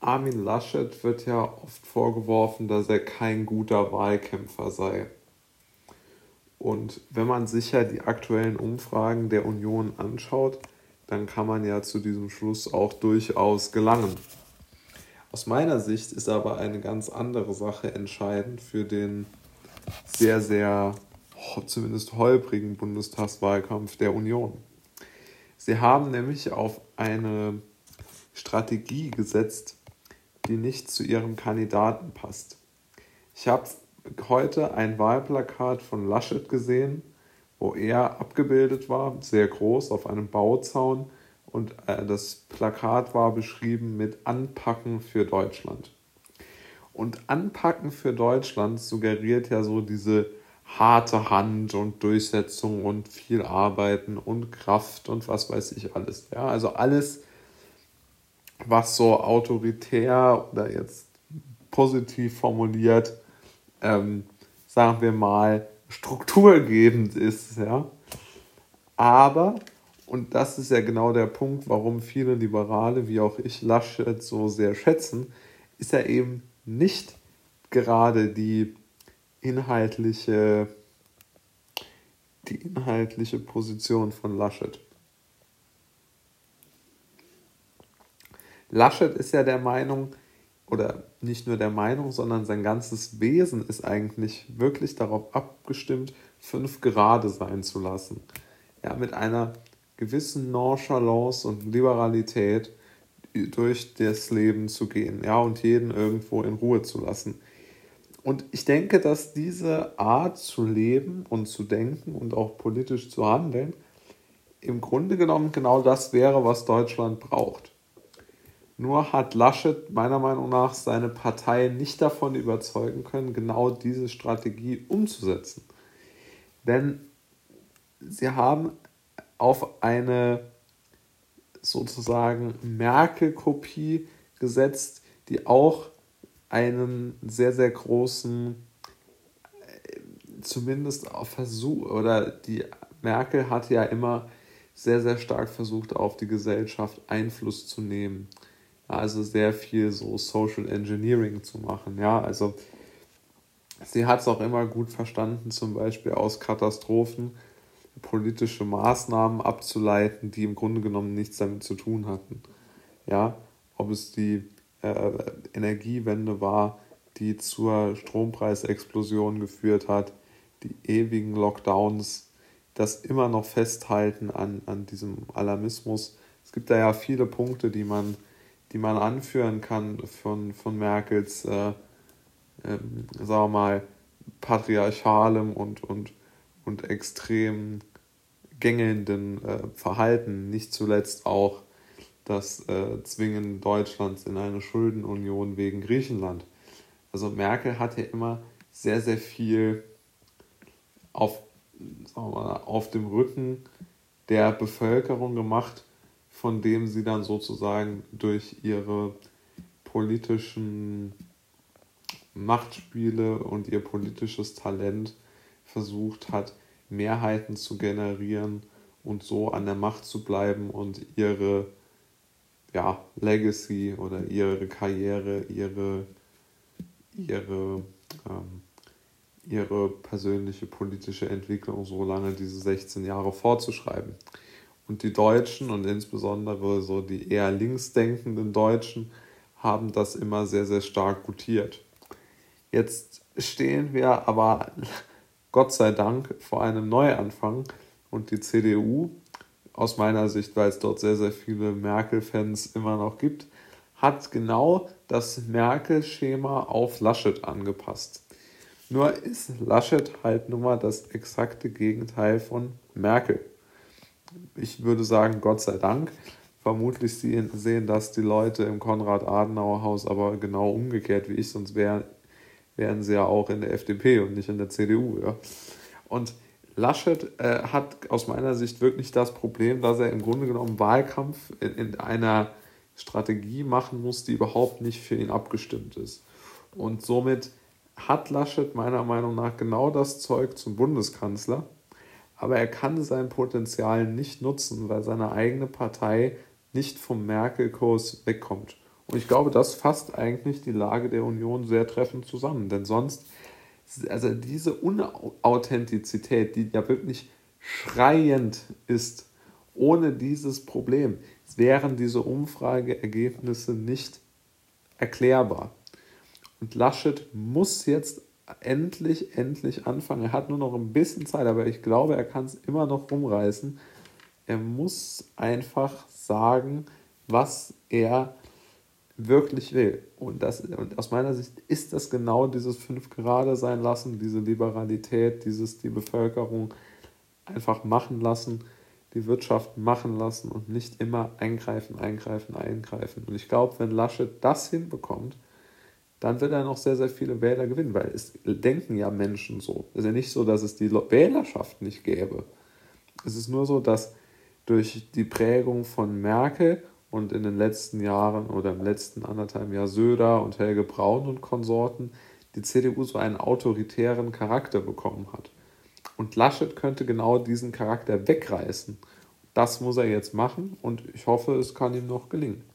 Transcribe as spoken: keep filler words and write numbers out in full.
Armin Laschet wird ja oft vorgeworfen, dass er kein guter Wahlkämpfer sei. Und wenn man sich ja die aktuellen Umfragen der Union anschaut, dann kann man ja zu diesem Schluss auch durchaus gelangen. Aus meiner Sicht ist aber eine ganz andere Sache entscheidend für den sehr, sehr, zumindest holprigen Bundestagswahlkampf der Union. Sie haben nämlich auf eine Strategie gesetzt, die nicht zu ihrem Kandidaten passt. Ich habe heute ein Wahlplakat von Laschet gesehen, wo er abgebildet war, sehr groß, auf einem Bauzaun, und äh, das Plakat war beschrieben mit Anpacken für Deutschland. Und Anpacken für Deutschland suggeriert ja so diese harte Hand und Durchsetzung und viel Arbeiten und Kraft und was weiß ich alles. Ja, also alles, was so autoritär oder jetzt positiv formuliert, ähm, sagen wir mal, strukturgebend ist. Ja. Aber, und das ist ja genau der Punkt, warum viele Liberale, wie auch ich, Laschet so sehr schätzen, ist er eben nicht gerade die inhaltliche, die inhaltliche Position von Laschet. Laschet ist ja der Meinung, oder nicht nur der Meinung, sondern sein ganzes Wesen ist eigentlich wirklich darauf abgestimmt, fünf gerade sein zu lassen. Ja, mit einer gewissen Nonchalance und Liberalität durch das Leben zu gehen, ja, und jeden irgendwo in Ruhe zu lassen. Und ich denke, dass diese Art zu leben und zu denken und auch politisch zu handeln im Grunde genommen genau das wäre, was Deutschland braucht. Nur hat Laschet meiner Meinung nach seine Partei nicht davon überzeugen können, genau diese Strategie umzusetzen. Denn sie haben auf eine sozusagen Merkel-Kopie gesetzt, die auch einen sehr, sehr großen, zumindest auf Versuch, oder die Merkel hat ja immer sehr, sehr stark versucht, auf die Gesellschaft Einfluss zu nehmen. Also sehr viel so Social Engineering zu machen. Ja, also sie hat es auch immer gut verstanden, zum Beispiel aus Katastrophen politische Maßnahmen abzuleiten, die im Grunde genommen nichts damit zu tun hatten. Ja, ob es die äh, Energiewende war, die zur Strompreisexplosion geführt hat, die ewigen Lockdowns, das immer noch Festhalten an, an diesem Alarmismus. Es gibt da ja viele Punkte, die man, die man anführen kann von, von Merkels, äh, ähm, sagen wir mal, patriarchalem und, und, und extrem gängelnden äh, Verhalten, nicht zuletzt auch das äh, Zwingen Deutschlands in eine Schuldenunion wegen Griechenland. Also Merkel hat ja immer sehr, sehr viel auf, sagen wir mal, auf dem Rücken der Bevölkerung gemacht, von dem sie dann sozusagen durch ihre politischen Machtspiele und ihr politisches Talent versucht hat, Mehrheiten zu generieren und so an der Macht zu bleiben und ihre ja, Legacy oder ihre Karriere, ihre, ihre, ähm, ihre persönliche politische Entwicklung so lange diese sechzehn Jahre fortzuschreiben. Und die Deutschen und insbesondere so die eher linksdenkenden Deutschen haben das immer sehr, sehr stark gutiert. Jetzt stehen wir aber Gott sei Dank vor einem Neuanfang und die C D U, aus meiner Sicht, weil es dort sehr, sehr viele Merkel-Fans immer noch gibt, hat genau das Merkel-Schema auf Laschet angepasst. Nur ist Laschet halt nun mal das exakte Gegenteil von Merkel. Ich würde sagen, Gott sei Dank. Vermutlich sehen das die Leute im Konrad-Adenauer-Haus aber genau umgekehrt wie ich, sonst wären, wären sie ja auch in der F D P und nicht in der C D U. Ja. Und Laschet äh, hat aus meiner Sicht wirklich das Problem, dass er im Grunde genommen Wahlkampf in, in einer Strategie machen muss, die überhaupt nicht für ihn abgestimmt ist. Und somit hat Laschet meiner Meinung nach genau das Zeug zum Bundeskanzler, aber er kann sein Potenzial nicht nutzen, weil seine eigene Partei nicht vom Merkel-Kurs wegkommt. Und ich glaube, das fasst eigentlich die Lage der Union sehr treffend zusammen. Denn sonst, also diese Unauthentizität, die ja wirklich schreiend ist, ohne dieses Problem, wären diese Umfrageergebnisse nicht erklärbar. Und Laschet muss jetzt endlich, endlich anfangen. Er hat nur noch ein bisschen Zeit, aber ich glaube, er kann es immer noch rumreißen. Er muss einfach sagen, was er wirklich will. Und, das, und aus meiner Sicht ist das genau dieses fünf Gerade sein lassen, diese Liberalität, dieses die Bevölkerung einfach machen lassen, die Wirtschaft machen lassen und nicht immer eingreifen, eingreifen, eingreifen. Und ich glaube, wenn Laschet das hinbekommt, dann wird er noch sehr, sehr viele Wähler gewinnen, weil es denken ja Menschen so. Es ist ja nicht so, dass es die Wählerschaft nicht gäbe. Es ist nur so, dass durch die Prägung von Merkel und in den letzten Jahren oder im letzten anderthalb Jahr Söder und Helge Braun und Konsorten die C D U so einen autoritären Charakter bekommen hat. Und Laschet könnte genau diesen Charakter wegreißen. Das muss er jetzt machen und ich hoffe, es kann ihm noch gelingen.